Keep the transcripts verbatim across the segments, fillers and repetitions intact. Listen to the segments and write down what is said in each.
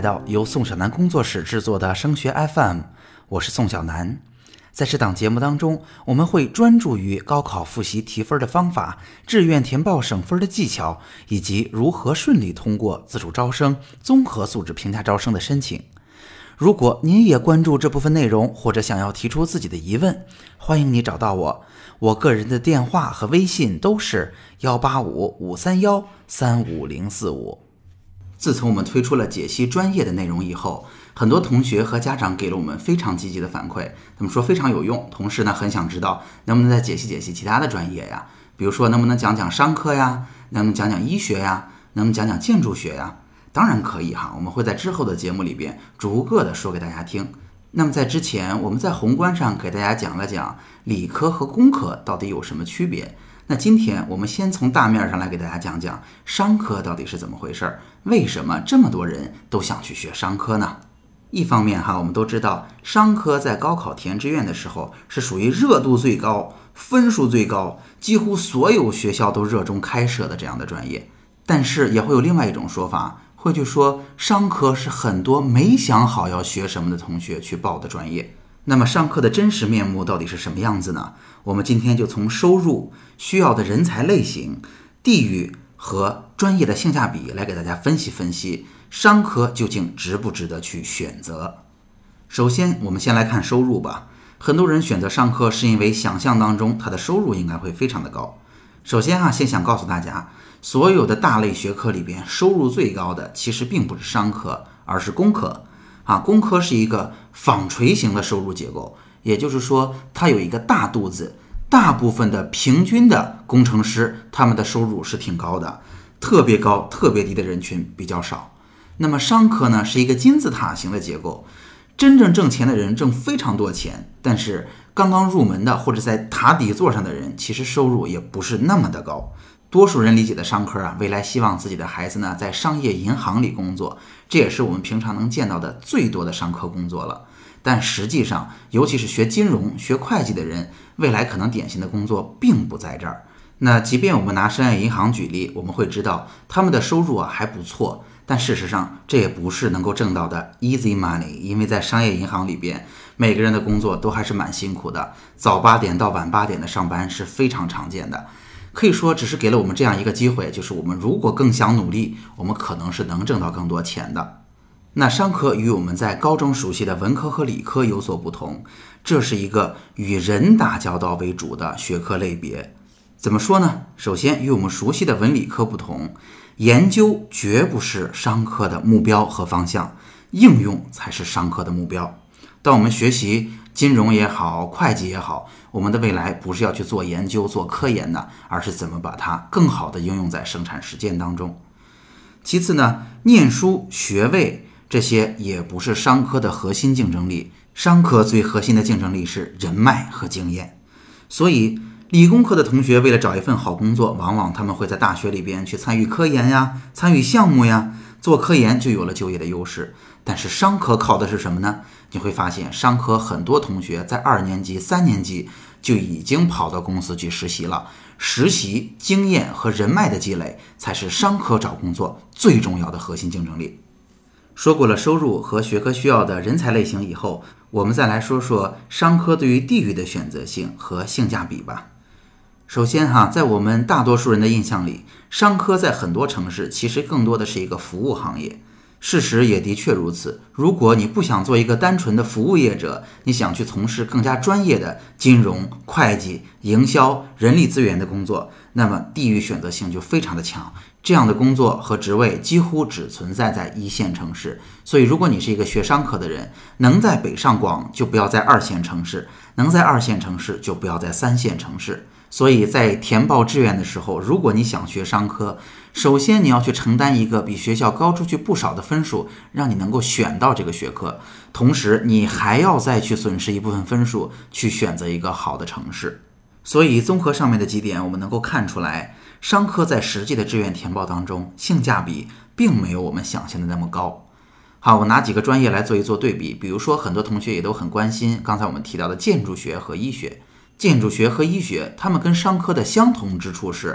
到由宋小南工作室制作的升学 F M， 我是宋小南。在这档节目当中，我们会专注于高考复习提分的方法、志愿填报省分的技巧，以及如何顺利通过自主招生、综合素质评价招生的申请。如果您也关注这部分内容，或者想要提出自己的疑问，欢迎你找到我。我个人的电话和微信都是一八五五三一三五零四五。自从我们推出了解析专业的内容以后，很多同学和家长给了我们非常积极的反馈，他们说非常有用，同时呢很想知道能不能再解析解析其他的专业呀，比如说能不能讲讲商科呀，能不能讲讲医学呀，能不能讲讲建筑学呀。当然可以哈，我们会在之后的节目里边逐个的说给大家听。那么在之前，我们在宏观上给大家讲了讲理科和工科到底有什么区别。那今天我们先从大面上来给大家讲讲商科到底是怎么回事，为什么这么多人都想去学商科呢？一方面哈，我们都知道商科在高考填志愿的时候是属于热度最高、分数最高，几乎所有学校都热衷开设的这样的专业。但是也会有另外一种说法，会去说商科是很多没想好要学什么的同学去报的专业。那么商科的真实面目到底是什么样子呢？我们今天就从收入、需要的人才类型、地域和专业的性价比来给大家分析分析商科究竟值不值得去选择。首先我们先来看收入吧。很多人选择商科是因为想象当中它的收入应该会非常的高。首先啊，先想告诉大家，所有的大类学科里边收入最高的其实并不是商科，而是工科啊。工科是一个纺锤型的收入结构，也就是说它有一个大肚子，大部分的平均的工程师他们的收入是挺高的，特别高特别低的人群比较少。那么商科呢是一个金字塔型的结构，真正挣钱的人挣非常多钱，但是刚刚入门的或者在塔底座上的人其实收入也不是那么的高。多数人理解的商科啊，未来希望自己的孩子呢在商业银行里工作，这也是我们平常能见到的最多的商科工作了。但实际上，尤其是学金融、学会计的人，未来可能典型的工作并不在这儿。那即便我们拿商业银行举例，我们会知道他们的收入啊还不错，但事实上这也不是能够挣到的 easy money， 因为在商业银行里边，每个人的工作都还是蛮辛苦的，早八点到晚八点的上班是非常常见的。可以说只是给了我们这样一个机会，就是我们如果更想努力，我们可能是能挣到更多钱的。那商科与我们在高中熟悉的文科和理科有所不同，这是一个与人打交道为主的学科类别。怎么说呢？首先与我们熟悉的文理科不同，研究绝不是商科的目标和方向，应用才是商科的目标。当我们学习金融也好，会计也好，我们的未来不是要去做研究做科研的，而是怎么把它更好的应用在生产实践当中。其次呢，念书学位这些也不是商科的核心竞争力，商科最核心的竞争力是人脉和经验。所以理工科的同学为了找一份好工作，往往他们会在大学里边去参与科研呀，参与项目呀，做科研就有了就业的优势。但是商科靠的是什么呢？你会发现商科很多同学在二年级、三年级就已经跑到公司去实习了，实习经验和人脉的积累才是商科找工作最重要的核心竞争力。说过了收入和学科需要的人才类型以后，我们再来说说商科对于地域的选择性和性价比吧。首先哈，在我们大多数人的印象里，商科在很多城市其实更多的是一个服务行业。事实也的确如此，如果你不想做一个单纯的服务业者，你想去从事更加专业的金融、会计、营销、人力资源的工作，那么地域选择性就非常的强。这样的工作和职位几乎只存在在一线城市，所以如果你是一个学商科的人，能在北上广就不要在二线城市，能在二线城市就不要在三线城市。所以在填报志愿的时候，如果你想学商科，首先你要去承担一个比学校高出去不少的分数，让你能够选到这个学科，同时你还要再去损失一部分分数去选择一个好的城市。所以综合上面的几点，我们能够看出来，商科在实际的志愿填报当中，性价比并没有我们想象的那么高。好，我拿几个专业来做一做对比，比如说很多同学也都很关心刚才我们提到的建筑学和医学。建筑学和医学，它们跟商科的相同之处是，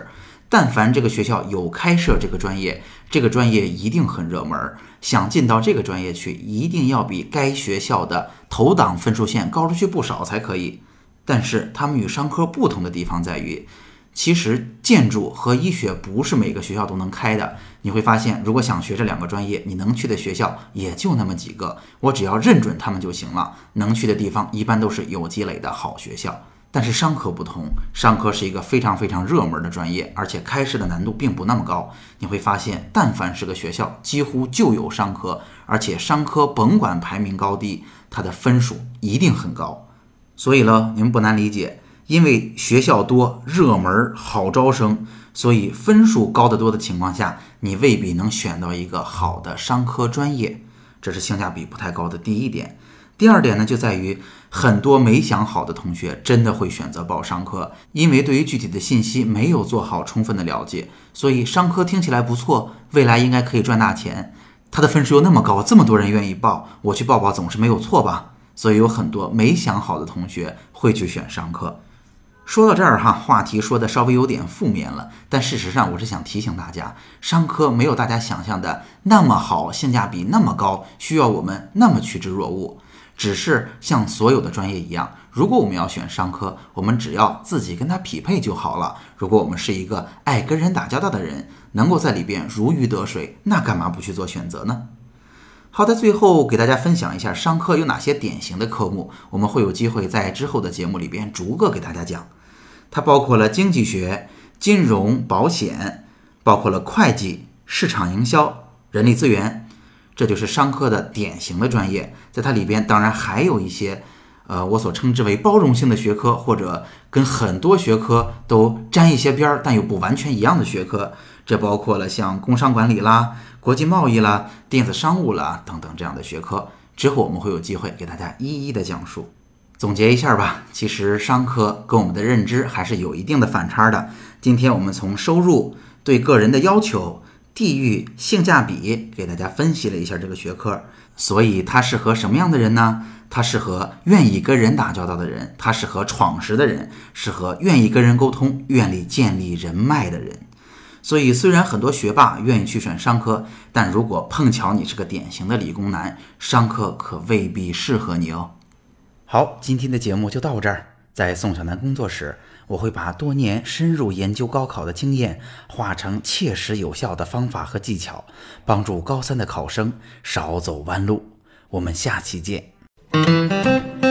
但凡这个学校有开设这个专业，这个专业一定很热门，想进到这个专业去，一定要比该学校的投档分数线高出去不少才可以。但是他们与商科不同的地方在于，其实建筑和医学不是每个学校都能开的。你会发现，如果想学这两个专业，你能去的学校也就那么几个，我只要认准他们就行了。能去的地方一般都是有积累的好学校。但是商科不同，商科是一个非常非常热门的专业，而且开设的难度并不那么高。你会发现，但凡是个学校，几乎就有商科，而且商科甭管排名高低，它的分数一定很高。所以呢，你们不难理解，因为学校多、热门、好招生，所以分数高得多的情况下，你未必能选到一个好的商科专业，这是性价比不太高的第一点。第二点呢，就在于很多没想好的同学真的会选择报商科，因为对于具体的信息没有做好充分的了解，所以商科听起来不错，未来应该可以赚大钱，他的分数又那么高，这么多人愿意报，我去报报总是没有错吧？所以有很多没想好的同学会去选商科。说到这儿哈，话题说的稍微有点负面了，但事实上我是想提醒大家，商科没有大家想象的那么好，性价比那么高，需要我们那么趋之若鹜。只是像所有的专业一样，如果我们要选商科，我们只要自己跟它匹配就好了。如果我们是一个爱跟人打交道的人，能够在里边如鱼得水，那干嘛不去做选择呢？好的，最后给大家分享一下商科有哪些典型的科目，我们会有机会在之后的节目里边逐个给大家讲。它包括了经济学、金融、保险，包括了会计、市场营销、人力资源，这就是商科的典型的专业。在它里边当然还有一些呃，我所称之为包容性的学科，或者跟很多学科都沾一些边儿但又不完全一样的学科，这包括了像工商管理啦、国际贸易啦、电子商务啦等等这样的学科。之后我们会有机会给大家一一的讲述。总结一下吧，其实商科跟我们的认知还是有一定的反差的。今天我们从收入、对个人的要求、地域、性价比给大家分析了一下这个学科，所以它适合什么样的人呢？它适合愿意跟人打交道的人，它适合闯实的人，适合愿意跟人沟通、愿意建立人脉的人。所以虽然很多学霸愿意去选商科，但如果碰巧你是个典型的理工男，商科可未必适合你哦。好，今天的节目就到这儿。在宋小南工作室，我会把多年深入研究高考的经验化成切实有效的方法和技巧，帮助高三的考生少走弯路。我们下期见。